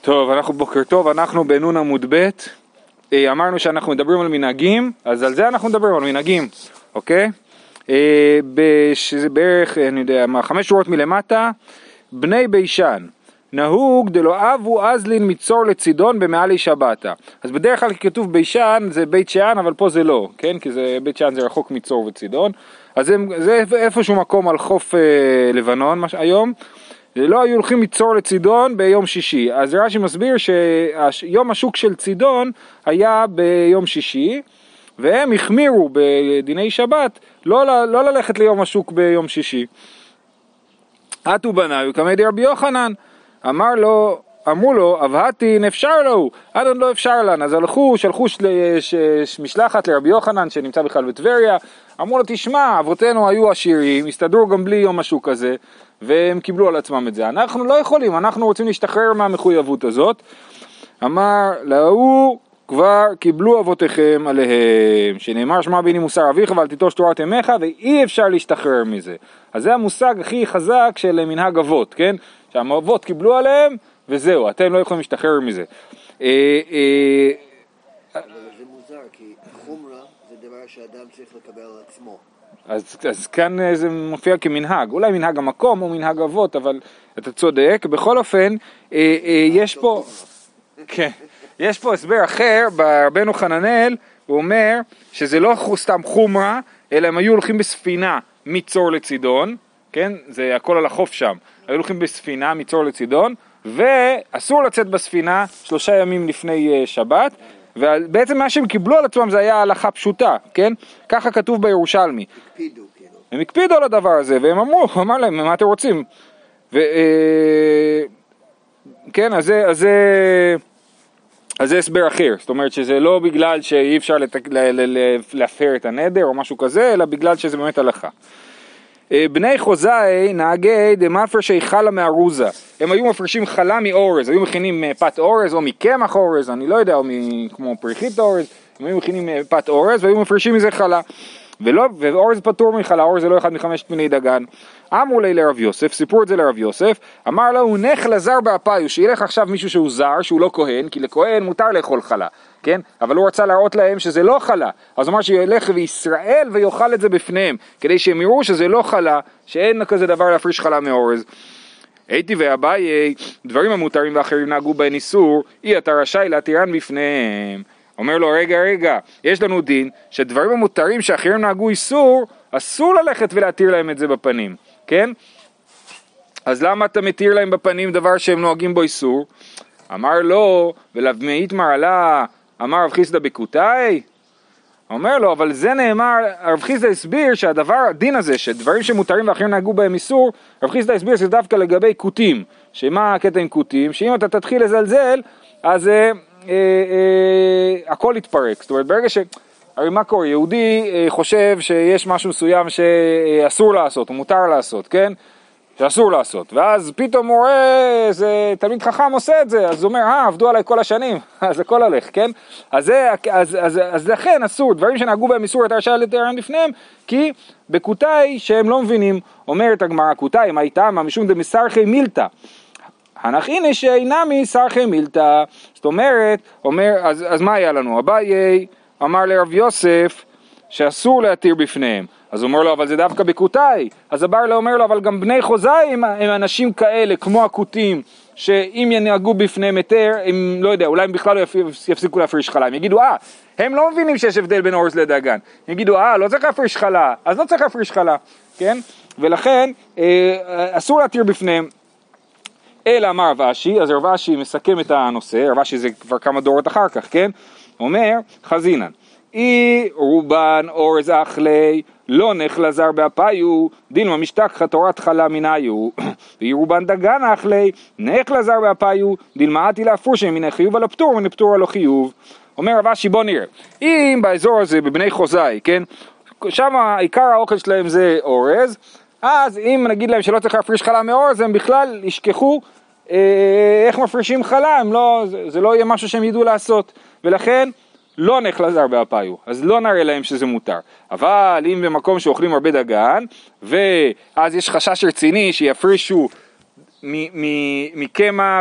טוב, בוקר טוב, אנחנו בנון עמוד ב'. אמרנו שאנחנו מדברים על מנהגים, אז על זה אנחנו מדברים, על מנהגים, אוקיי? שזה בערך, אני יודע, 5 שורות מלמטה, בני בישן, נהוג דלא אבו אזלין מצור לצידון במעלי שבתה. אז בדרך כלל כתוב בישן זה בית שאן, אבל פה זה לא, כן? כי זה, בית שאן זה רחוק מצור וצידון. אז זה איפשהו מקום על חוף לבנון היום. לא היו הולכים מצור לצידון ביום שישי. אז רש"י מסביר שיום השוק של צידון היה ביום שישי, והם החמירו בדיני שבת לא ללכת ליום השוק ביום שישי. עטו בניו כמדי רבי יוחנן, אמרו לו, אבהתין אפשר לו, עד עוד לא אפשר לנו. אז שלחו משלחת לרבי יוחנן שנמצא בכלל בטבריה, אמרו לו, תשמע, אבותינו היו עשירים, הסתדרו גם בלי יום השוק הזה, והם קיבלו על עצמם את זה. אנחנו לא יכולים, אנחנו רוצים להשתחרר מהמחויבות הזאת. אמר, להוא כבר קיבלו אבותיכם עליהם, שנאמר שמע ביני מוסר אביך ואל תיטוש תורת אמך, ואי אפשר להשתחרר מזה. אז זה המושג הכי חזק של מנהג אבות, כן? שהאבות קיבלו עליהם, וזהו, אתם לא יכולים להשתחרר מזה. אבל זה מוזר, כי חומרה זה דבר שאדם צריך לקבל על עצמו. אז כאן זה מופיע כמנהג, אולי מנהג המקום או מנהג אבות, אבל אתה צודק. בכל אופן, יש פה הסבר אחר, ברבנו חננאל, הוא אומר שזה לא סתם חומרה, אלא הם היו הולכים בספינה מצור לצידון, כן? זה הכל על החוף שם. היו הולכים בספינה מצור לצידון, ואסור לצאת בספינה 3 ימים לפני שבת, ובעצם מה שהם קיבלו על עצמם זה היה הלכה פשוטה, כן? ככה כתוב בירושלמי. הקפידו, כאילו. הם הקפידו על הדבר הזה, והם אמר להם, מה אתם רוצים? כן, אז זה הסבר אחר, זאת אומרת שזה לא בגלל שאי אפשר להפר את הנדר או משהו כזה, אלא בגלל שזה באמת הלכה. בני חוזאי נהגי דמפרשי חלה מארוזה, הם היו מפרשים חלה מאורז, היו מכינים פת אורז או מקמח אורז, אני לא יודע, או כמו פריחית אורז, הם היו מכינים פת אורז והיו מפרשים מזה חלה, ואורז פטור מחלה, אורז זה לא אחד מ5 מיני דגן. אמרו לי לרב יוסף, סיפרו את זה לרב יוסף, אמר לו, הוא נך לזר באפיו, שילך עכשיו מישהו שהוא זר, שהוא לא כהן, כי לכהן מותר לאכול חלה, כן? אבל הוא רצה להראות להם שזה לא חלה, אז הוא אמר שילך וישראל ויאכל את זה בפניהם, כדי שהם יראו שזה לא חלה, שאין כזה דבר להפריש חלה מאורז. הייתי ואביי, דברים המותרים ואחרים נהגו בהן איסור, אתה רשאי להתירן בפניהם. אומר לו, רגע, יש לנו דין שדברים המותרים שאחרים נהגו איסור, אסור ללכת ולהתיר להם את זה בפנים, כן? אז למה אתה מתיר להם בפנים דבר שהם נוהגים בו איסור? אמר לו, ולבמאית מרלה, אמר רב חיסדא בקותאי? אומר לו, אבל זה נאמר, רב חיסדא הסביר שהדבר, הדין הזה, שדברים שמותרים ואחרים נהגו בהם איסור, רב חיסדא הסביר שזה דווקא לגבי קוטים, שמה הקטע עם קוטים? שאם אתה תתחיל לזלזל, אז הכל יתפרק. זאת אומרת, ברגע הרי מה קורה? יהודי חושב שיש משהו מסוים שאסור לעשות, או מותר לעשות, כן? שאסור לעשות. ואז פתאום הוא רואה, איזה תלמיד חכם עושה את זה, אז הוא אומר, עבדו עליי כל השנים, אז הכל הולך, כן? אז לכן אסור, דברים שנהגו בהם איסור, אתה רשאי להתירן בפניהם, כי בקותאי שהם לא מבינים, אומרת הגמרא, קותאי, מה איתם? משום דמסרחי מילתא. הנחיני שאינמי סרחי מילתא, זאת אומרת, אז מה היה לנו? אביי אמר לרב יוסף שאסור להתיר בפניהם, אז הוא אומר לו, אבל זה דווקא בקותאי. אז אביי אומר לו, אבל גם בני חוזאי הם אנשים כאלה, כמו הקותים, שאם ינהגו בפניהם היתר, הם לא יודע, אולי הם בכלל לא יפסיקו להפריש חלה. הם יגידו, הם לא מבינים שיש הבדל בין אורז לדגן. הם יגידו, לא צריך להפריש חלה, אז לא צריך להפריש חלה, כן? ולכן, אסור להתיר בפניהם. אלא אמר רב אשי, אז רב אשי מסכם את הנושא, רב אשי זה כבר כמה דורות אחר כך, כן? אומר, חזינן, רובן אורז אכלי, לא נך לזר באפיו, דילמה משתכחה תורת חלה מניו, רובן דגן אכלי, נך לזר באפיו, דילמה עתי להפרושם מן החיוב על הפטור ומן הפטור על החיוב. אומר רב אשי, בוא נראה, אם באזור הזה בבני חוזאי, כן? שם עיקר האוכל שלהם זה אורז, אז אם נגיד להם שלא צריך להפריש חלה מאורז, הם בכלל ישכחו איך מפרישים חלה, זה לא יהיה משהו שהם ידעו לעשות, ולכן לא נך לזר באפיו, אז לא נראה להם שזה מותר. אבל אם במקום שאוכלים הרבה דגן, ואז יש חשש רציני שיפרישו מקמח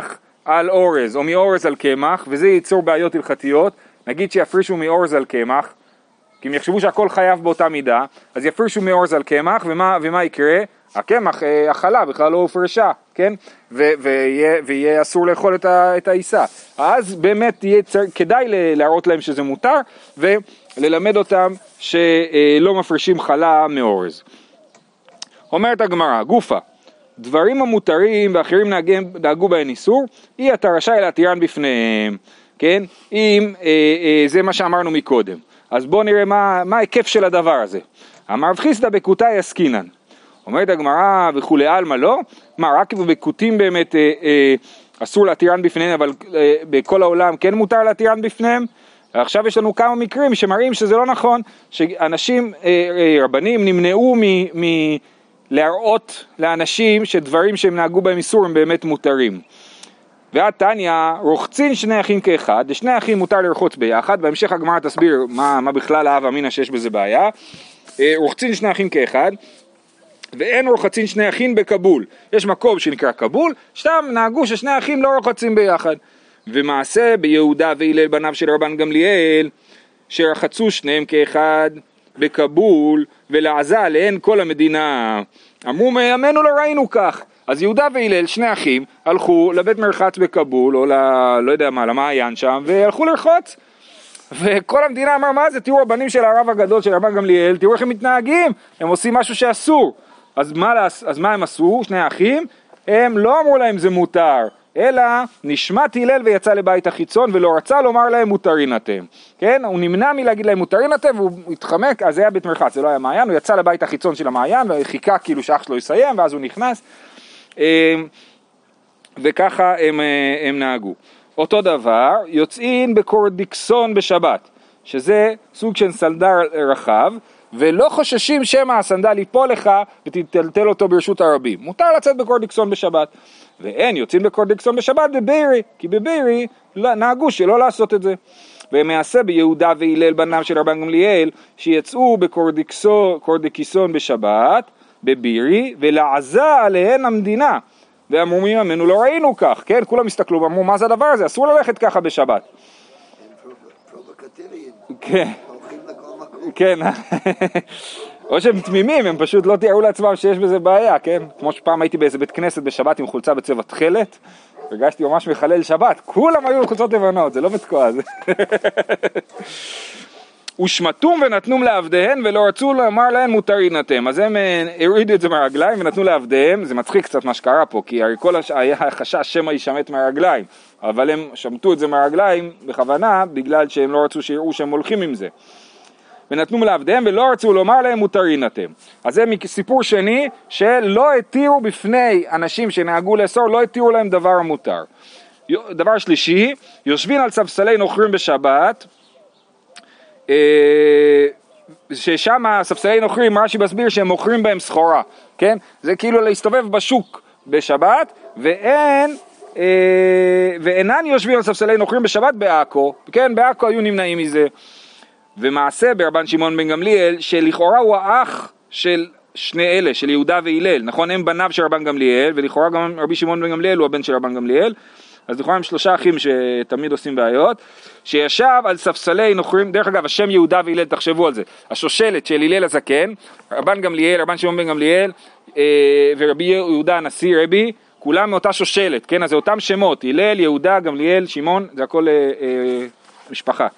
על אורז או מאורז על קמח, וזה ייצור בעיות הלכתיות, נגיד שיפרישו מאורז על קמח, כי הם יחשבו שהכל חייב באותה מידה, אז יפרישו מאורז על קמח, ומה יקרה? הקמח, החלה בכלל לא הופרשה, כן? ויהיה אסור לאכול את העיסה. אז באמת כדאי להראות להם שזה מותר, וללמד אותם שלא מפרישים חלה מאורז. אומרת הגמרא, גופה, דברים המותרים ואחרים נהגו בהן איסור, אתה רשאי להתירן בפניהם, כן? אם זה מה שאמרנו מקודם. אז בואו נראה מה ההיקף של הדבר הזה. אמר רב חיסדא בקותאי עסקינן. אומרת הגמרא וכולי עלמא לא? מה, רק בקותים באמת אסור להתירן בפניהם, אבל בכל העולם כן מותר להתירן בפניהם? עכשיו יש לנו כמה מקרים שמראים שזה לא נכון, שאנשים, רבנים, נמנעו להראות לאנשים שדברים שהם נהגו בהם איסור הם באמת מותרים. ועד תניא, רוחצין שני אחים כאחד, לשני אחים מותר לרחוץ ביחד, בהמשך הגמרא תסביר מה בכלל ההווה אמינא שיש בזה בעיה. רוחצין שני אחים כאחד, ואין רוחצין שני אחים בקבול. יש מקום שנקרא קבול, שם נהגו ששני אחים לא רוחצים ביחד. ומעשה ביהודה והלל בניו של רבן גמליאל, שרחצו שניהם כאחד בקבול, ולעזה עליהן כל המדינה. אמרו מימינו לא ראינו כך. אז יהודה והלל, שני אחים, הלכו לבית מרחץ בקבול, או לא יודע מה, למעיין שם, והלכו לרחוץ. וכל המדינה אמר, מה זה? תראו הבנים של הרב הגדול של רבן גמליאל, תראו איך הם מתנהגים, הם עושים משהו שאסור. אז מה הם עשו? שני האחים, הם לא אמרו להם זה מותר, אלא נשמת הלל ויצא לבית החיצון, ולא רצה לומר להם מותרין אתם. כן? הוא נמנע מלהגיד להם מותרין אתם, והוא התחמק, אז זה היה בית מרחץ, זה לא היה מעיין, הוא יצא לבית החיצון של המעיין, וחיכה כאילו שאח שלו יסיים, ואז הוא נכנס. וככה הם נהגו. אותו דבר, יוצאים בקורדיקסון בשבת, שזה סוג של סנדל רחב, ולא חוששים שמא הסנדל ייפול לך ותטלטל אותו ברשות הרבים. מותר לצאת בקורדיקסון בשבת. ואין יוצאים בקורדיקסון בשבת בבירי, כי בבירי נהגו שלא לעשות את זה. והם יעשה ביהודה והלל בניו של רבן גמליאל, שיצאו בקורדיקיסון בשבת, בבירי, ולעזה עליהן המדינה. ואמרו מימינו לא ראינו כך, כן? כולם הסתכלו ואמרו מה זה הדבר הזה? אסור ללכת ככה בשבת. הם פרובוקטיביים. כן. הולכים לכל מקום. כן. או שהם תמימים, הם פשוט לא תיארו לעצמם שיש בזה בעיה, כן? כמו שפעם הייתי באיזה בית כנסת בשבת עם חולצה בצבע תכלת, הרגשתי ממש מחלל שבת, כולם היו בחולצות לבנות, זה לא מתקוע זה. ושמטום ונתנום לעבדיהם ולא רצו לומר להם מותרין אתם. אז הם הורידו את זה מהרגליים ונתנו לעבדיהם. זה מצחיק קצת מה שקרה פה, כי הרי כל היה חשש שמא יישמט מהרגליים, אבל הם שמטו את זה מהרגליים בכוונה, בגלל שהם לא רצו שיראו שהם הולכים עם זה. ונתנו לעבדיהם ולא רצו לומר להם מותרין אתם. אז זה סיפור שני שלא התירו בפני אנשים שנהגו לאסור, לא התירו להם דבר המותר. דבר שלישי, יושבים על ספסלי נוכרים בשבת, ששם ספסלי נוכרים, רש"י מסביר שהם מוכרים בהם סחורה, כן? זה כאילו להסתובב בשוק בשבת, ואינן יושבים על ספסלי נוכרים בשבת בעכו, כן? בעכו היו נמנעים מזה. ומעשה ברבן שמעון בן גמליאל, שלכאורה הוא האח של שני אלה, של יהודה והלל, נכון? הם בניו של רבן גמליאל, ולכאורה גם רבי שמעון בן גמליאל הוא הבן של רבן גמליאל, אז לכאורה הם שלושה אחים שתמיד עושים בעיות, שישב על ספסלי נוכרים, דרך אגב, השם יהודה והלל, תחשבו על זה, השושלת של הלל הזקן, רבן גמליאל, רבן שמעון בן גמליאל, ורבי יהודה הנשיא רבי, כולם מאותה שושלת, כן? אז זה אותם שמות, הלל, יהודה, גמליאל, שמעון, זה הכל משפחה.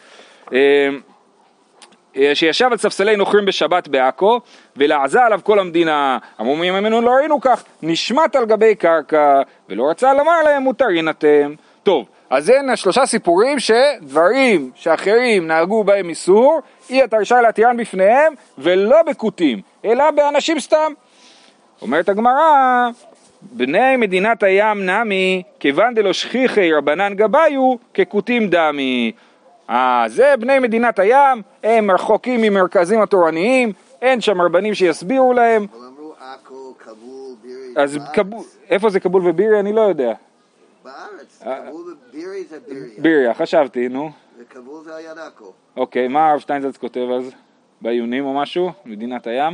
שישב על ספסלי נוכרים בשבת בעכו, ולעזה עליו כל המדינה. אמרו מימינו לא ראינו כך, נשמט על גבי קרקע, ולא רצה לומר להם מותרין אתם. טוב, אז אין שלושה סיפורים שדברים שאחרים נהגו בהם איסור, אתה רשאי להתירן בפניהם, ולא בקותים, אלא באנשים סתם. אומרת הגמרא, בני מדינת הים נמי, כיוון דלא שכיחי רבנן גביו, כקותים דמי. זה בני מדינת הים, הם רחוקים ממרכזים התורניים, אין שם רבנים שיסבירו להם. אבל אמרו עכו, כבול, בירי. אז איפה זה כבול ובירי? אני לא יודע. בארץ, כבול ובירי זה ביריה. ביריה, חשבתי, נו. וכבול זה היה עכו. אוקיי, מה הרב שטיינזלץ כותב אז? בעיונים או משהו? מדינת הים?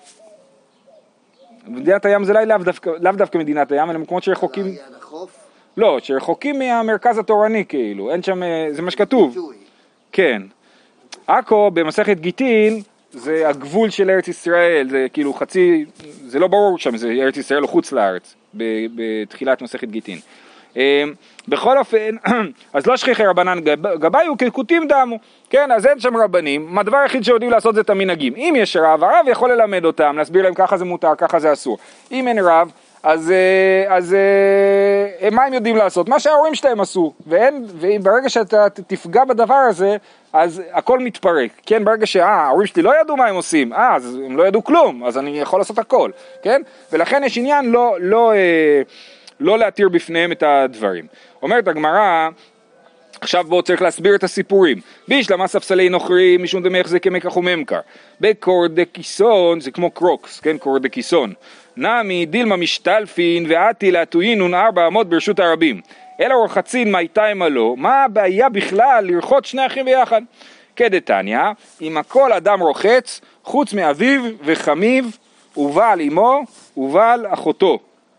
מדינת הים זה לאו דווקא מדינת הים, אלא מקומות שרחוקים. זה היה החוף? לא, שרחוקים מהמרכז התורני כאילו, אין שם, זה מה שכתוב. כן. עכו במסכת גיטין, זה הגבול של ארץ ישראל, זה כאילו חצי, זה לא ברור שם, זה ארץ ישראל או חוץ לארץ, בתחילת מסכת גיטין. בכל אופן, אז לא שכיחי רבנן גבאי הוא כקוטים דמו, כן, אז אין שם רבנים, הדבר היחיד שיודעים לעשות זה את המנהגים. אם יש רב, הרב יכול ללמד אותם, להסביר להם ככה זה מותר, ככה זה אסור. אם אין רב, אז מה הם יודעים לעשות? מה שההורים שלהם עשו, וברגע שאתה תפגע בדבר הזה, אז הכל מתפרק, כן, ברגע ההורים שלי לא ידעו מה הם עושים, אז הם לא ידעו כלום, אז אני יכול לעשות הכל, כן, ולכן יש עניין לא להתיר בפניהם את הדברים. אומרת הגמרא, עכשיו בואו צריך להסביר את הסיפורים. בישלמה ספסלי נוכרים, משום דמך זה כמקח וממכר. בקורדקיסון, זה כמו קרוקס, כן, קורדקיסון. נמי דילמה משתלפין ועתי להטוינון 4 אמות ברשות הרבים. אלא רוחצין מאיתיים עלו, מה הבעיה בכלל לרחוץ שני אחים ביחד? כדתניא, אם הכל אדם רוחץ, חוץ מאביו וחמיו, ובעל אמו, ובעל אחותו.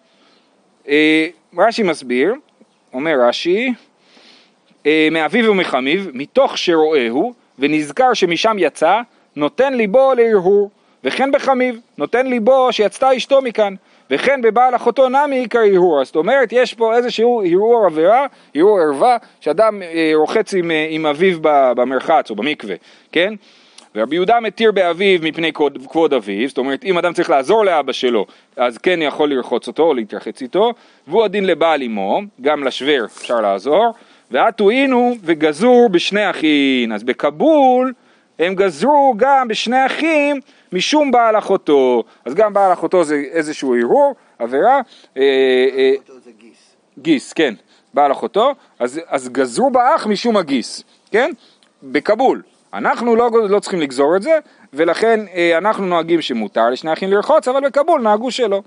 רש"י מסביר, אומר רש"י, מאביו ומחמיו, מתוך שרואהו, ונזכר שמשם יצא, נותן ליבו להרהור, וכן בחמיו, נותן ליבו שיצתה אשתו מכאן, וכן בבעל אחותו נמי עיקר הרהור. זאת אומרת, יש פה איזשהו הרהור עבירה, הרהור ערווה, שאדם רוחץ עם אביו במרחץ או במקווה, כן? ורבי יהודה מתיר באביו מפני כבוד אביו, זאת אומרת, אם אדם צריך לעזור לאבא שלו, אז כן יכול לרחוץ אותו או להתרחץ איתו, והוא הדין לבעל אמו, גם לשוור אפשר לעזור, והטועינו וגזור בשני אחים, אז בקבול הם גזרו גם בשני אחים משום בעל אחותו, אז גם בעל אחותו זה איזשהו ערעור, עבירה, גיס, כן, בעל אחותו, אז גזרו באח משום הגיס, כן, בקבול. אנחנו לא צריכים לגזור את זה, ולכן אנחנו נוהגים שמותר לשני אחים לרחוץ, אבל בקבול נהגו שלא.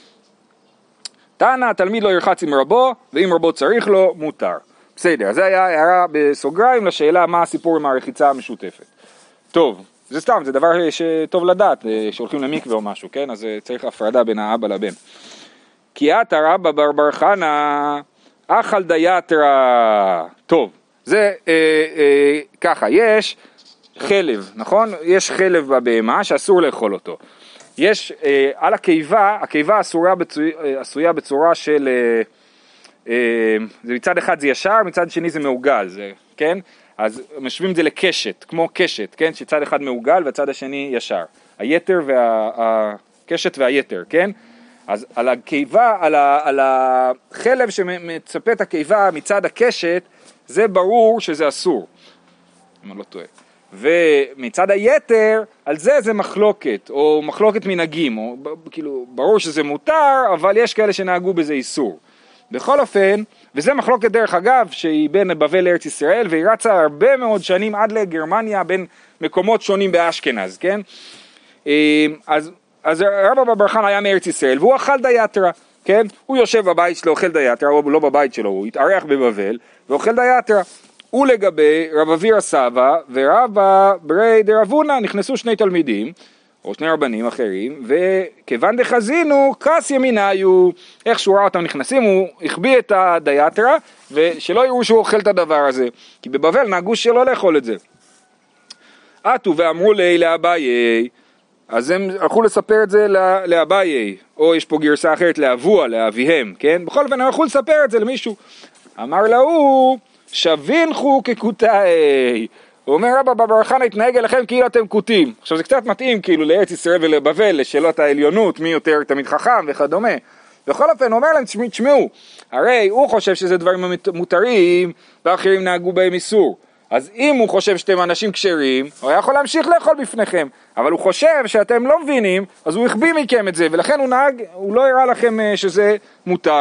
תנא, תלמיד לא ירחץ עם רבו, ואם רבו צריך לו, מותר. בסדר, זה היה הערה בסוגריים לשאלה מה הסיפור עם הרחיצה המשותפת. טוב, זה סתם, זה דבר שטוב לדעת, שהולכים למקווה או משהו, כן? אז צריך הפרדה בין האבא לבן. כי אתה רבא בר חנא, אכל דייתרא. טוב, זה ככה, יש חלב, נכון? יש חלב בבהמה שאסור לאכול אותו. יש על הקיבה, הקיבה עשויה בצורה של, זה מצד אחד זה ישר, מצד שני זה מעוגל, זה, כן? אז משווים את זה לקשת, כמו קשת, כן? שצד אחד מעוגל והצד השני ישר. היתר הקשת והיתר, כן? אז על הקיבה, על החלב שמצפה את הקיבה מצד הקשת, זה ברור שזה אסור, אם אני לא טועה. ומצד היתר, על זה מחלוקת, או מחלוקת מנהגים, או כאילו, ברור שזה מותר, אבל יש כאלה שנהגו בזה איסור. בכל אופן, וזה מחלוקת דרך אגב, שהיא בין בבל לארץ ישראל, והיא רצה הרבה מאוד שנים עד לגרמניה, בין מקומות שונים באשכנז, כן? אז רבא בר חנא היה מארץ ישראל, והוא אכל דייתרא, כן? הוא יושב בבית שלו, אוכל דייתרא, או לא בבית שלו, הוא התארח בבבל, ואוכל דייתרא. ולגבי רב אבירא סבא ורבא ברי דרבונה נכנסו שני תלמידים, או שני רבנים אחרים, וכיוון דחזינו, כס ימיניו, איך שהוא ראה אותם נכנסים, הוא החביא את הדייתרא, ושלא יראו שהוא אוכל את הדבר הזה, כי בבבל נהגו שלא לאכול את זה. עטו ואמרו לי לאביי, אז הם הלכו לספר את זה לאביי, או יש פה גרסה אחרת לאבוה, לאביהם, כן? בכל אופן הם הלכו לספר את זה למישהו. אמר לו, שבינכו כקוטאי. הוא אומר רבא בר חנא התנהג אליכם כאילו אתם קוטים. עכשיו זה קצת מתאים כאילו לארץ ישראל ולבבל, לשאלות העליונות, מי יותר תמיד חכם וכדומה. בכל אופן הוא אומר להם, תשמעו, הרי הוא חושב שזה דברים מותרים, ואחרים נהגו בהם איסור. אז אם הוא חושב שאתם אנשים כשרים, הוא יכול להמשיך לאכול בפניכם. אבל הוא חושב שאתם לא מבינים, אז הוא החביא מכם את זה, ולכן הוא לא הראה לכם שזה מותר.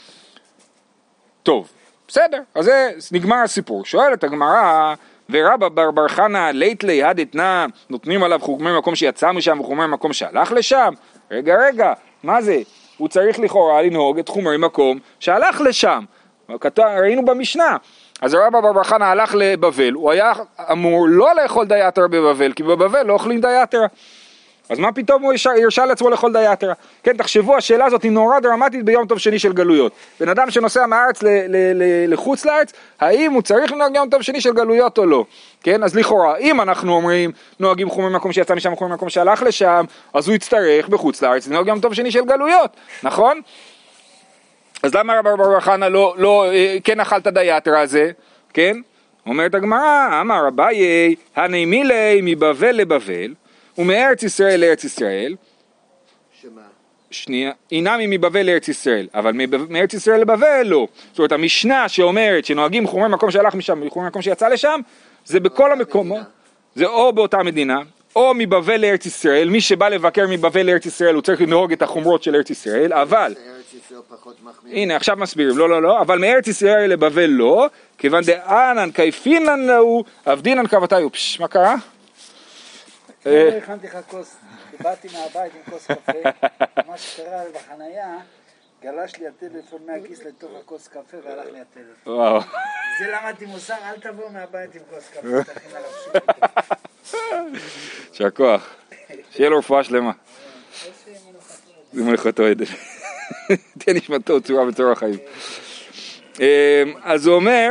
טוב, בסדר, אז זה נגמר הסיפור. שואלת הגמרא, ורבא בר חנא לית ליד אתנא, נותנים עליו חוכמי מקום שיצא משם וחומרי מקום שהלך לשם? רגע, מה זה? הוא צריך לכאורה לנהוג את חומרי מקום שהלך לשם. ראינו במשנה. אז רבא בר חנא הלך לבבל, הוא היה אמור לא לאכול דייתרא בבבל, כי בבבל לא אוכלים דייתרא. אז מה פתאום הוא הרשה לעצמו לאכול דייתרא? כן, תחשבו, השאלה הזאת היא נורא דרמטית ביום טוב שני של גלויות. בן אדם שנוסע מהארץ לחוץ לארץ, האם הוא צריך לנהוג יום טוב שני של גלויות או לא? כן, אז לכאורה, אם אנחנו אומרים, נוהגים חומר מקום שיצא משם, חומר מקום שהלך לשם, אז הוא יצטרך בחוץ לארץ לנהוג יום טוב שני של גלויות, נכון? אז למה רבי בר חנא לא כן אכל את הדייתרא הזה? כן? אומרת הגמרא, אמר אביי, הני מילי מבבל לבבל, ומארץ ישראל לארץ ישראל. שמה? שנייה, אינמי מבבל לארץ ישראל, אבל מארץ ישראל לבבל לא. זאת אומרת, המשנה שאומרת שנוהגים חומר מקום שהלך משם, חומר מקום שיצא לשם, זה בכל המקומות, זה או באותה מדינה, או מבבל לארץ ישראל, מי שבא לבקר מבבל לארץ ישראל, הוא צריך לנהוג את החומרות של ארץ ישראל, אבל... הנה, עכשיו מסבירים, לא, אבל מארץ ישראל לבבל לא, כיוון דאנן קייפינן לו, אבדינן קבתיו. מה קרה? הכנתי לך כוס, באתי מהבית עם כוס קפה, מה שקרה בחנייה, גלש לי הטלפון מהכיס לתוך הכוס קפה והלך לי הטלפון. וואו. זה למדתי מוסר, אל תבוא מהבית עם כוס קפה, תכין עליו שוב. שהכוח, שיהיה לו רפואה שלמה. זה מלאכתו עדן. תהיה נשמתו צורה בצורה החיים. אז הוא אומר,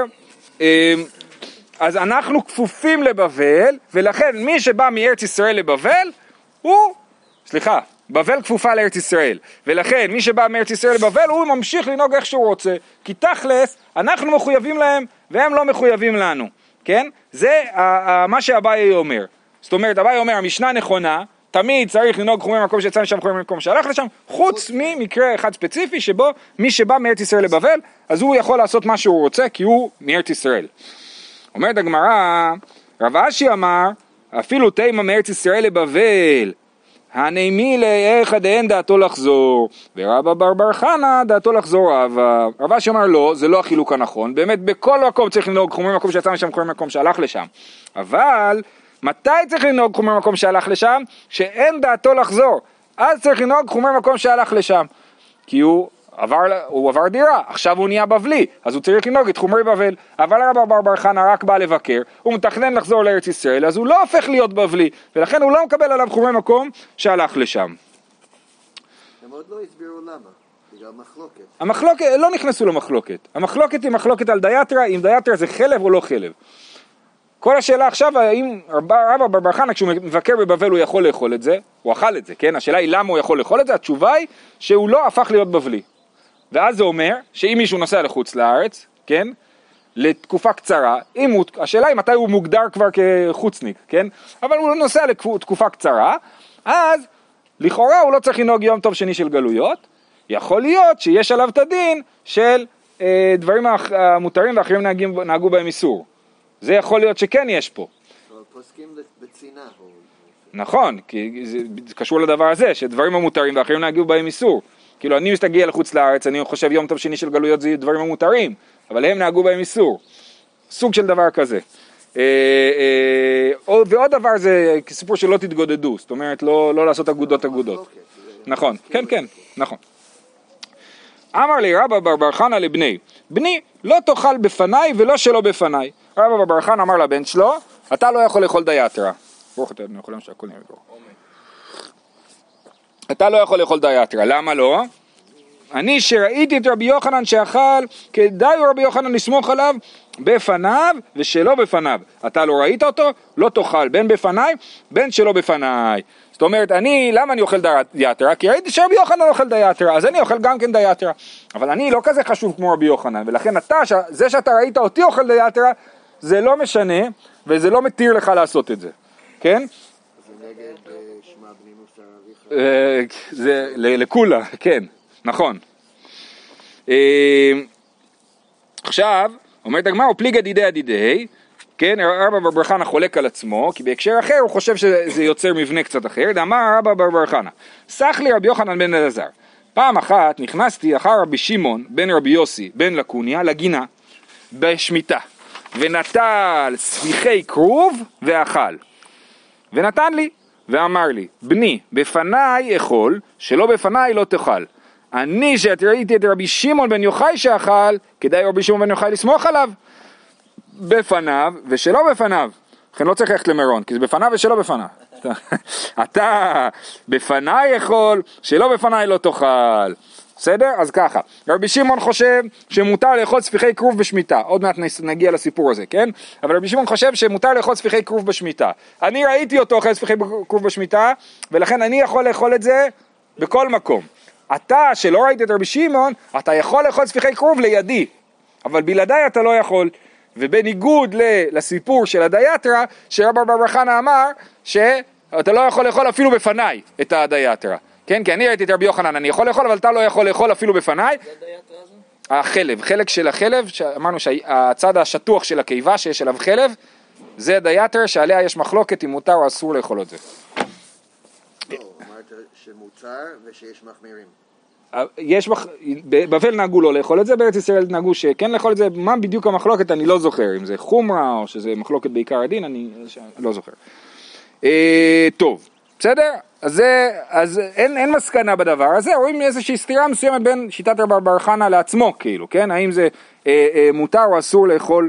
אז אנחנו כפופים לבבל, ולכן מי שבא מארץ ישראל לבבל, בבל כפופה לארץ ישראל, ולכן מי שבא מארץ ישראל לבבל, הוא ממשיך לנהוג איך שהוא רוצה, כי תכלס, אנחנו מחויבים להם, והם לא מחויבים לנו, כן? זה מה שאביי אומר. זאת אומרת, אביי אומר, המשנה נכונה, תמיד צריך לנהוג חומר מקום שיצא משם, חומר מקום שהלך לשם, חוץ ממקרה אחד ספציפי, שבו מי שבא מארץ ישראל לבבל, אז הוא יכול לעשות מה שהוא רוצה, כי הוא מארץ ישראל. אומרת הגמרא, רב אשי אמר, אפילו תימא מארץ ישראל לבבל, הנעימי לאיך דאין דעתו לחזור, ורבא בר חנא דעתו לחזור רבא. רב אשי אמר לא, זה לא החילוק הנכון, באמת בכל מקום צריך לנהוג חומר מקום שיצא משם, חומר מקום שהלך לשם, אבל מתי צריך לנהוג חומר מקום שהלך לשם? שאין דעתו לחזור, אז צריך לנהוג חומר מקום שהלך לשם, כי הוא עבר דירה, עכשיו הוא נהיה בבלי, אז הוא צריך לנהוג את חומרי בבל. אבל רבא בר חנא רק בא לבקר, הוא מתכנן לחזור לארץ ישראל, אז הוא לא הופך להיות בבלי, ולכן הוא לא מקבל עליו חומרי מקום שהלך לשם. הם עוד לא הסבירו למה, בגלל מחלוקת. המחלוקת, לא נכנסו למחלוקת. המחלוקת היא מחלוקת על דייתרא, אם דייתרא זה חלב או לא חלב. כל השאלה עכשיו, האם רבא בר חנא כשהוא מבקר בבבל הוא יכול לאכול את זה, הוא אכל את זה, כן? השאלה היא למה הוא יכול לאכול את זה, התשובה היא שהוא לא הפך להיות בבלי. ואז זה אומר שאם מישהו נוסע לחוץ לארץ, כן? לתקופה קצרה, השאלה היא מתי הוא מוגדר כבר כחוצניק, כן? אבל הוא נוסע לתקופה קצרה, אז לכאורה הוא לא צריך לנהוג יום טוב שני של גלויות, יכול להיות שיש עליו את הדין של דברים המותרים ואחרים נהגו בהם איסור. זה יכול להיות שכן יש פה. אבל פוסקים בצינה. נכון, כי זה קשור לדבר הזה, שדברים המותרים ואחרים נהגו בהם איסור. כאילו אני מסתגיע לחוץ לארץ, אני חושב יום טוב שני של גלויות זה דברים המותרים, אבל הם נהגו בהם איסור. סוג של דבר כזה. ועוד דבר זה סיפור שלא תתגודדו, זאת אומרת לא לעשות אגודות. נכון, כן, נכון. אמר לי רבא בר חנא לבני, בני לא תאכל בפניי ולא שלא בפניי. רבא בר חנא אמר לבן שלו, אתה לא יכול לאכול דייתרא. ברוך אתה, אני יכול שהכל נראה טוב. אתה לא יכול לאכול דייתרא, למה לא? אני שראיתי את רבי יוחנן שאכל, כדאי רבי יוחנן לסמוך עליו בפניו ושלא בפניו. אתה לא ראית אותו? לא תאכל, בין בפניי, בין שלא בפניי. זאת אומרת, למה אני אוכל דייתרא? כי ראיתי שרבי יוחנן אוכל דייתרא, אז אני אוכל גם כן דייתרא. אבל אני לא כזה חשוב כמו רבי יוחנן, ולכן זה שאתה ראית אותי אוכל דייתרא, זה לא משנה, וזה לא מתיר לך לעשות את זה. כן? זה נגד שמע בני מוסר אביך. זה לכולה, כן, נכון. עכשיו, אומרת הגמרא, הוא פליגא דידי הדידי, כן, רבא בר חנא חולק על עצמו, כי בהקשר אחר הוא חושב שזה יוצר מבנה קצת אחר, דאמר רבא בר חנא, סח לי רבי יוחנן בן אלעזר, פעם אחת נכנסתי אחר רבי שמעון בן רבי יוסי בן לקוניה לגינה בשמיטה, ונטל ספיחי כרוב ואכל, ונתן לי, ואמר לי, בני, בפניי אכול, שלא בפניי לא תאכל. אני שראיתי את רבי שמעון בן יוחאי שאכל, כדאי רבי שמעון בן יוחאי לסמוך עליו, בפניו ושלא בפניו. לכן לא צריך ללכת למירון, כי זה בפניו ושלא בפניו. אתה בפניי יכול, שלא בפניי לא תאכל. בסדר? אז ככה, רבי שמעון חושב שמותר לאכול ספיחי כרוב בשמיטה, עוד מעט נגיע לסיפור הזה, כן? אבל רבי שמעון חושב שמותר לאכול ספיחי כרוב בשמיטה. אני ראיתי אותו אוכל ספיחי כרוב בשמיטה, ולכן אני יכול לאכול את זה בכל מקום. אתה שלא ראית את רבי שמעון, אתה יכול לאכול ספיחי כרוב לידי, אבל בלעדיי אתה לא יכול. ובניגוד לסיפור של הדייתרא, שרבי בר חנא אמר שאתה לא יכול לאכול אפילו בפניי את הדייתרא. כן, כי אני ראיתי את רבי יוחנן, אני יכול לאכול, אבל אתה לא יכול לאכול אפילו בפניי. זה הדייתרא הזו? החלב, חלק של החלב, אמרנו שהצד השטוח של הקיבה שיש עליו חלב, זה הדייתרא שעליה יש מחלוקת אם מותר או אסור לאכול את זה. לא, אמרת שמותר ושיש מחמירים. בבבל נהגו לא לאכול את זה, בארץ ישראל נהגו שכן לאכול את זה, מה בדיוק המחלוקת אני לא זוכר, אם זה חומרה או שזה מחלוקת בעיקר הדין, אני לא זוכר. טוב, בסדר? אז אין מסקנה בדבר הזה, רואים איזושהי סתירה מסוימת בין שיטת רבי בר חנא לעצמו, כאילו, כן? האם זה מותר או אסור לאכול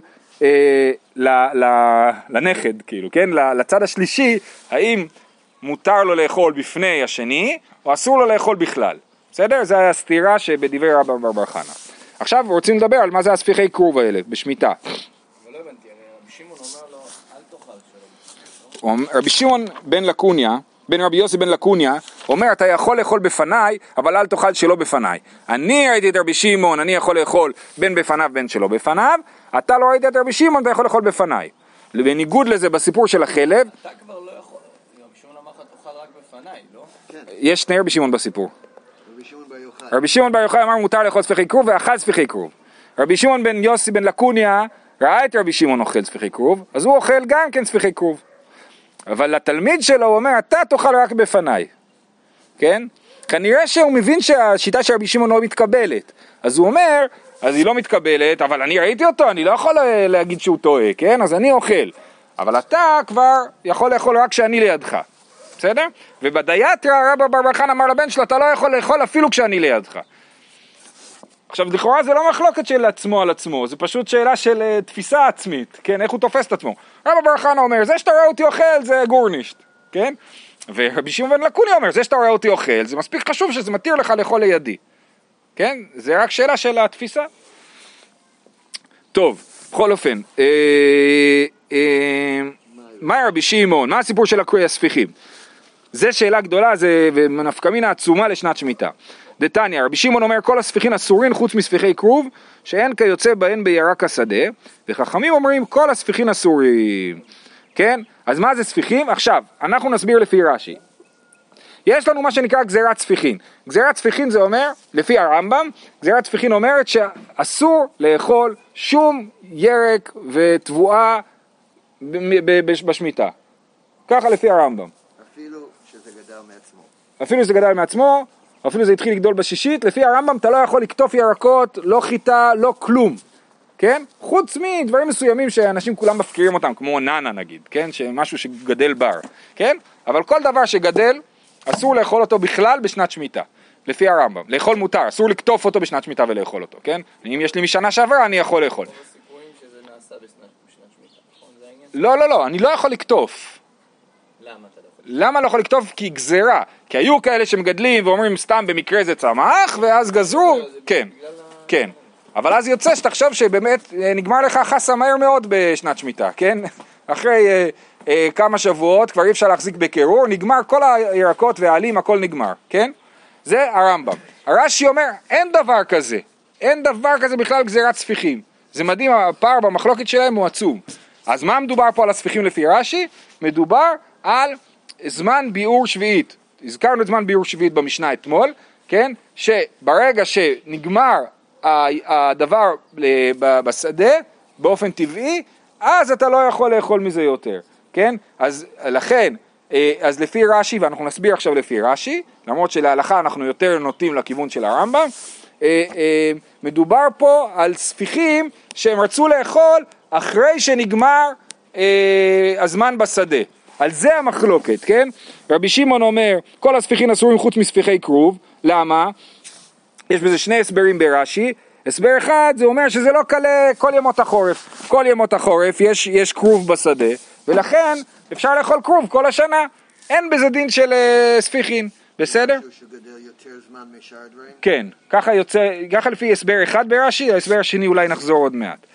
לנכד, כאילו, כן? לצד השלישי, האם מותר לו לאכול בפני השני, או אסור לו לאכול בכלל? בסדר? זה הסתירה שבדברי רבי בר חנא. עכשיו רוצים לדבר על מה זה הספיחי כרוב האלה, בשמיטה. אבל לא הבנתי, רבי שמעון אומר לו, אל תאכל שלום. רבי שמעון בן רבי יוסי בן לקוניה, אומר אתה יכול לאכול בפניי, אבל אל תאכל שלא בפניי. אני ראיתי את רבי שמעון, אני יכול לאכול בין בפניו בין שלא בפניו, אתה לא ראית את רבי שמעון, אתה יכול לאכול בפניי. בניגוד לזה בסיפור של החלב, אתה כבר לא יכול, רבי שמעון אמר לך תאכל רק בפניי, לא? יש שני רבי שמעון בסיפור. רבי שמעון בר יוחאי. רבי שמעון בר יוחאי אמר מותר לאכול ספיחי כרוב ואכל ספיחי כרוב. רבי שמעון בן יוסי בן לקוניה ראה את רבי שמעון אוכל ספיחי כרוב, אז הוא אוכל גם כן ספיחי כרוב. אבל לתלמיד שלו הוא אומר, אתה תאכל רק בפניי, כן? כנראה שהוא מבין שהשיטה של רבי שמעון לא מתקבלת, אז הוא אומר, אז היא לא מתקבלת, אבל אני ראיתי אותו, אני לא יכול להגיד שהוא טועה, כן? אז אני אוכל, אבל אתה כבר יכול לאכול רק כשאני לידך, בסדר? ובדייתרא רבי בר חנא אמר לבן שלו, אתה לא יכול לאכול אפילו כשאני לידך. עכשיו, לכאורה זה לא מחלוקת של עצמו על עצמו, זה פשוט שאלה של תפיסה עצמית, כן? איך הוא תופס את עצמו. רבי בר חנא אומר, זה שאתה רואה אותי אוכל זה גורנישט, כן? ורבי שמעון בן לקוניה אומר, זה שאתה רואה אותי אוכל, זה מספיק חשוב שזה מתיר לך לאכול לידי, כן? זה רק שאלה של התפיסה. טוב, בכל אופן, מה רבי שמעון? מה הסיפור של הקרוי הספיחים? זה שאלה גדולה, זה נפקא מינה עצומה לשנת שמיטה. דתניא, רבי שמעון אומר כל הספיחין אסורין חוץ מספיחי כרוב שאין כיוצא בהן בירק השדה, וחכמים אומרים כל הספיחין אסורים, כן? אז מה זה ספיחים? עכשיו, אנחנו נסביר לפי רש"י. יש לנו מה שנקרא גזירת ספיחין. גזירת ספיחין זה אומר, לפי הרמב"ם, גזירת ספיחין אומרת שאסור לאכול שום ירק ותבואה בשמיטה. ככה לפי הרמב"ם. אפילו שזה גדל מעצמו. אפילו שזה גדל מעצמו, אפילו זה התחיל לגדול בשישית, לפי הרמב"ם אתה לא יכול לקטוף ירקות, לא חיטה, לא כלום, כן? חוץ מדברים מסוימים שאנשים כולם מפקירים אותם, כמו ננה נגיד, כן? שמשהו שגדל בר, כן? אבל כל דבר שגדל, אסור לאכול אותו בכלל בשנת שמיטה, לפי הרמב"ם. לאכול מותר, אסור לקטוף אותו בשנת שמיטה ולאכול אותו, כן? אם יש לי משנה שעברה, אני יכול לאכול. סיפורים שזה נעשה בשנת שמיטה, נכון? זה העניין? לא, אני לא יכול לקטוף. למה אתה לא יכול? למה לא יכול לכתוב? כי גזירה, כי היו כאלה שמגדלים ואומרים סתם במקרה זה צמח ואז גזרו, כן, כן, אבל אז יוצא שתחשוב שבאמת נגמר לך חסה מהר מאוד בשנת שמיטה, כן? אחרי כמה שבועות כבר אי אפשר להחזיק בקירור, נגמר כל הירקות והעלים, הכל נגמר, כן? זה הרמב"ם. הרש"י אומר אין דבר כזה בכלל גזירת ספיחים, זה מדהים, הפער במחלוקת שלהם הוא עצום. אז מה מדובר פה על הספיחים לפי רש"י? מדובר על זמן ביאור שביעית, הזכרנו את זמן ביאור שביעית במשנה אתמול, כן? שברגע שנגמר הדבר בשדה, באופן טבעי, אז אתה לא יכול לאכול מזה יותר, כן? אז לכן, אז לפי רש"י, ואנחנו נסביר עכשיו לפי רש"י, למרות שלהלכה אנחנו יותר נוטים לכיוון של הרמב"ם, מדובר פה על ספיחים שהם רצו לאכול אחרי שנגמר הזמן בשדה. על זה המחלוקת, כן? רבי שמעון אומר, כל הספיחין אסורים חוץ מספיחי כרוב. למה? יש בזה שני הסברים ברש"י. הסבר אחד, זה אומר שזה לא קלה כל ימות החורף. כל ימות החורף יש כרוב בשדה, ולכן אפשר לאכול כרוב כל השנה. אין בזה דין של ספיחין, בסדר? משהו שגדל יותר זמן משאר דברים? כן, ככה יוצא, ככה לפי הסבר אחד ברש"י, ההסבר השני אולי נחזור עוד מעט.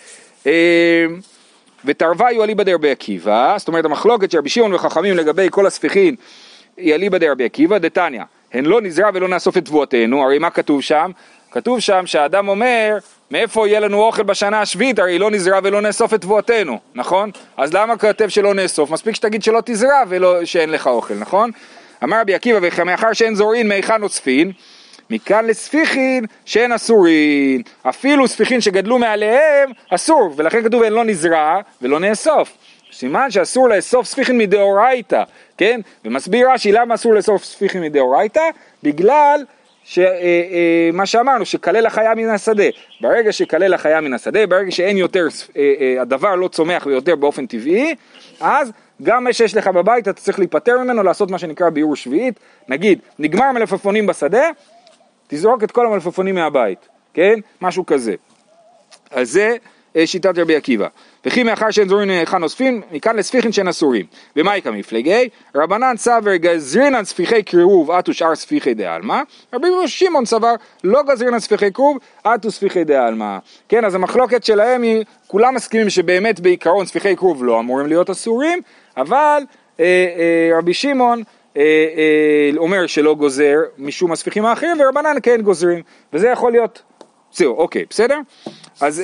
ותרוויו אליבא דרבי עקיבא, זאת אומרת המחלוקת של רבי שמעון וחכמים לגבי כל הספיחין, היא אליבא דרבי עקיבא, דתניא, הן לא נזרע ולא נאסוף את תבואתנו, הרי מה כתוב שם? כתוב שם שהאדם אומר, מאיפה יהיה לנו אוכל בשנה השביעית, הרי לא נזרע ולא נאסוף את תבואתנו, נכון? אז למה כתב שלא נאסוף? מספיק שתגיד שלא תזרע שאין לך אוכל, נכון? אמר רבי עקיבא, ומאחר שאין זורעין מהיכן אוספין, מכאן לספיחין שאין אסורין, אפילו ספיחין שגדלו מעליהם אסור, ולכן כתוב אין לא נזרע ולא נאסוף. סימן שאסור לאסוף ספיחין מדאורייתא, כן? ומסביר רש"י למה אסור לאסוף ספיחין מדאורייתא, בגלל מה שאמרנו, שקלל החיה מן השדה. ברגע שקלל החיה מן השדה, ברגע שאין יותר, הדבר לא צומח יותר באופן טבעי, אז גם מה שיש לך בבית אתה צריך להיפטר ממנו, לעשות מה שנקרא ביעור שביעית. נגיד, נגמר מלפפונים בשדה, תזרוק את כל המלפפונים מהבית, כן? משהו כזה. אז זה שיטת רבי עקיבא. וכי מאחר שאין זורין היכן אוספין, מכאן לספיחין שאין אסורים. ומאי כמפלגי? רבנן סבר גזרינן ספיחי קרוב עטו שאר ספיחי דעלמא, רבי שמעון סבר לא גזרינן ספיחי קרוב עטו ספיחי דעלמא. כן, אז המחלוקת שלהם היא, כולם מסכימים שבאמת בעיקרון ספיחי קרוב לא אמורים להיות אסורים, אבל רבי שמעון אומר שלא גוזר משום הספיחים האחרים, ורבנן כן גוזרים, וזה יכול להיות, זהו, אוקיי, בסדר? אז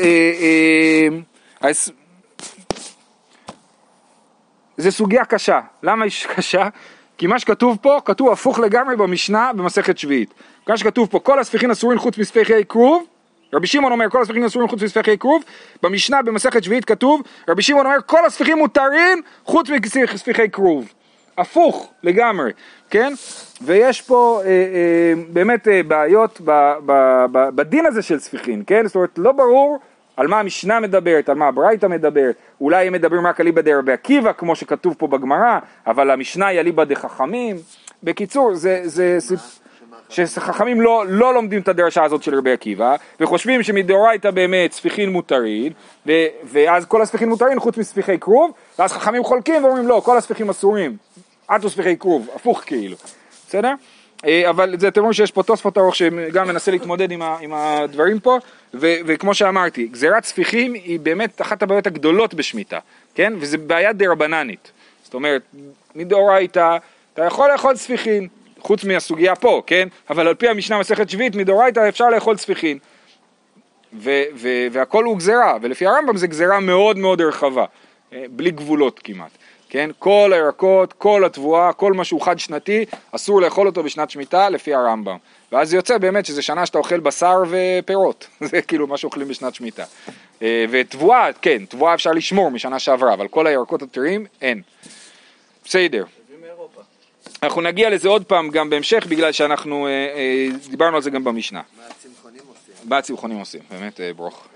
זה סוגיה קשה. למה היא קשה? כי מה שכתוב פה, כתוב הפוך לגמרי במשנה במסכת שביעית. מה שכתוב פה, כל הספיחים אסורים חוץ מספיחי כרוב, רבי שמעון אומר כל הספיחים אסורים חוץ מספיחי כרוב, במשנה במסכת שביעית כתוב, רבי שמעון אומר כל הספיחים מותרים חוץ מספיחי כרוב. הפוך לגמרי, כן? ויש פה באמת בעיות בדין הזה של ספיחין, כן? זאת אומרת, לא ברור על מה המשנה מדברת, על מה הברייתא מדברת, אולי הם מדברים רק על אליבא דרבי עקיבא, כמו שכתוב פה בגמרא, אבל המשנה היא אליבא דחכמים. בקיצור, שחכמים לא לומדים את הדרשה הזאת של רבי עקיבא, וחושבים שמדאורייתא באמת ספיחין מותרים, ואז כל הספיחין מותרים חוץ מספיחי כרוב, ואז חכמים חולקים ואומרים לא, כל הספיחים אסורים, עטו ספיחי כרוב, הפוך כאילו, בסדר? אבל זה אתם רואים שיש פה תוספות ארוך שגם מנסה להתמודד עם הדברים פה, וכמו שאמרתי, גזירת ספיחים היא באמת אחת הבעיות הגדולות בשמיטה, כן? וזה בעיה דרבננית, זאת אומרת, מדאורייתא, אתה יכול לאכול ספיחין, חוץ מהסוגיה פה, כן? אבל על פי המשנה מסכת שביעית, מדאורייתא אפשר לאכול ספיחין, והכל הוא גזירה, ולפי הרמב"ם זה גזירה מאוד מאוד רחבה, בלי גבולות כמעט. כן? כל הירקות, כל התבואה, כל משהו חד שנתי, אסור לאכול אותו בשנת שמיטה לפי הרמב"ם. ואז זה יוצא באמת שזה שנה שאתה אוכל בשר ופירות. זה כאילו מה שאוכלים בשנת שמיטה. ותבואה, כן, תבואה אפשר לשמור משנה שעברה, אבל כל הירקות הטריים, אין. בסדר. אנחנו נגיע לזה עוד פעם גם בהמשך, בגלל שאנחנו דיברנו על זה גם במשנה. מה הצמחונים עושים? מה הצמחונים עושים? באמת ברוך.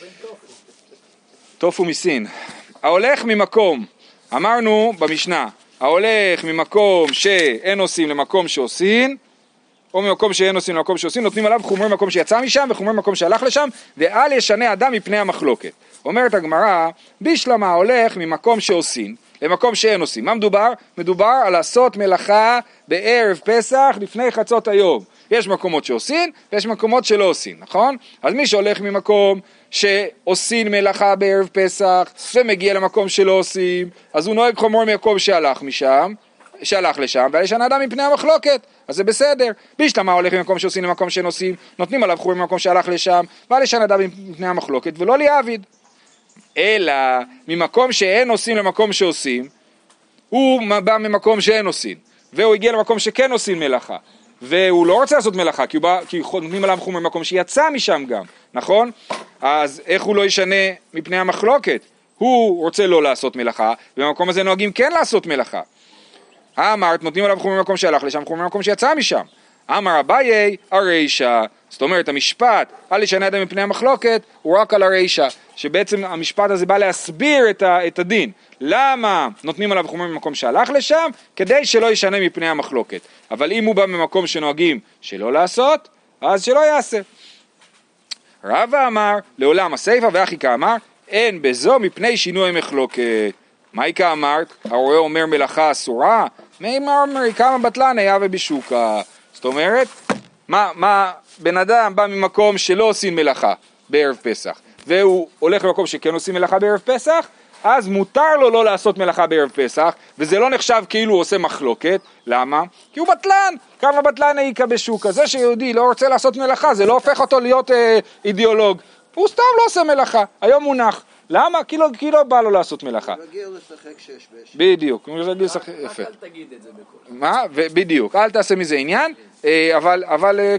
טופו מסין. ההולך ממקום, אמרנו במשנה, ההולך ממקום שאין עושים למקום שעושים, או ממקום שאין עושים למקום שעושים, נותנים עליו חומרי מקום שיצא משם וחומרי מקום שהלך לשם, ואל ישנה אדם מפני המחלוקת. אומרת הגמרא, בשלמה הולך ממקום שעושים למקום שאין עושים. מה מדובר? מדובר על לעשות מלאכה בערב פסח לפני חצות היום. יש מקומות שעושים ויש מקומות שלא עושים, נכון? אז מי שהולך ממקום שעושים מלאכה בערב פסח ומגיע למקום שלא עושים, אז הוא נוהג חומר ממקום שהלך לשם, ויש אדם מפני המחלוקת, אז זה בסדר. בשלמה הולך ממקום שעושים למקום שאין עושים, נותנים עליו חומר ממקום שהלך לשם, ויש אדם מפני המחלוקת ולא ליעביד. אלא ממקום שאין עושים למקום שעושים, הוא בא ממקום שאין עושים, והוא הגיע למקום שכן עושים מלאכה, והוא לא רוצה לעשות מלאכה, כי נותנים עליו חומר ממקום שיצא משם גם, נכון? אז איך הוא לא ישנה מפני המחלוקת? הוא רוצה לא לעשות מלאכה, ובמקום הזה נוהגים כן לעשות מלאכה. אמרת, נותנים עליו חומר ממקום שהלך לשם, חומר ממקום שיצא משם. אמר אביי, הרישא, זאת אומרת, המשפט, אל ישנה אדם מפני המחלוקת, הוא רק על הרישא, שבעצם המשפט הזה בא להסביר את הדין. למה נותנים עליו חומר ממקום שהלך לשם? כדי שלא ישנה מפני המחלוקת. אבל אם הוא בא ממקום שנוהגים שלא לעשות, אז שלא יעשה. רבא אמר, לעולם הסיפא, ואחיקה אמר, אין בזו מפני שינוי מחלוקת. מה איקה אמרת? הרואה אומר מלאכה אסורה? מימר אמרי כמה בטלן היה ובשוקה. זאת אומרת, מה בן אדם בא ממקום שלא עושים מלאכה בערב פסח, והוא הולך למקום שכן עושים מלאכה בערב פסח, אז מותר לו לא לעשות מלאכה בערב פסח, וזה לא נחשב כאילו הוא עושה מחלוקת. למה? כי הוא בטלן, כמה בטלן העיקה בשוקה. זה שיהודי לא רוצה לעשות מלאכה, זה לא הופך אותו להיות אידיאולוג. הוא סתם לא עושה מלאכה, היום מונח. למה? כי לא בא לו לעשות מלאכה. רגיל לשחק שש בש. בדיוק, הוא רגיל לשחק, יפה. רק אל תגיד את זה בכל. מה? בדיוק, אל תעשה מזה עניין,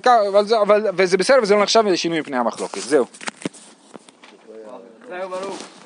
וזה בסדר, וזה לא נחשב שינוי מפני המחלוקת. זהו. זהו ברוך.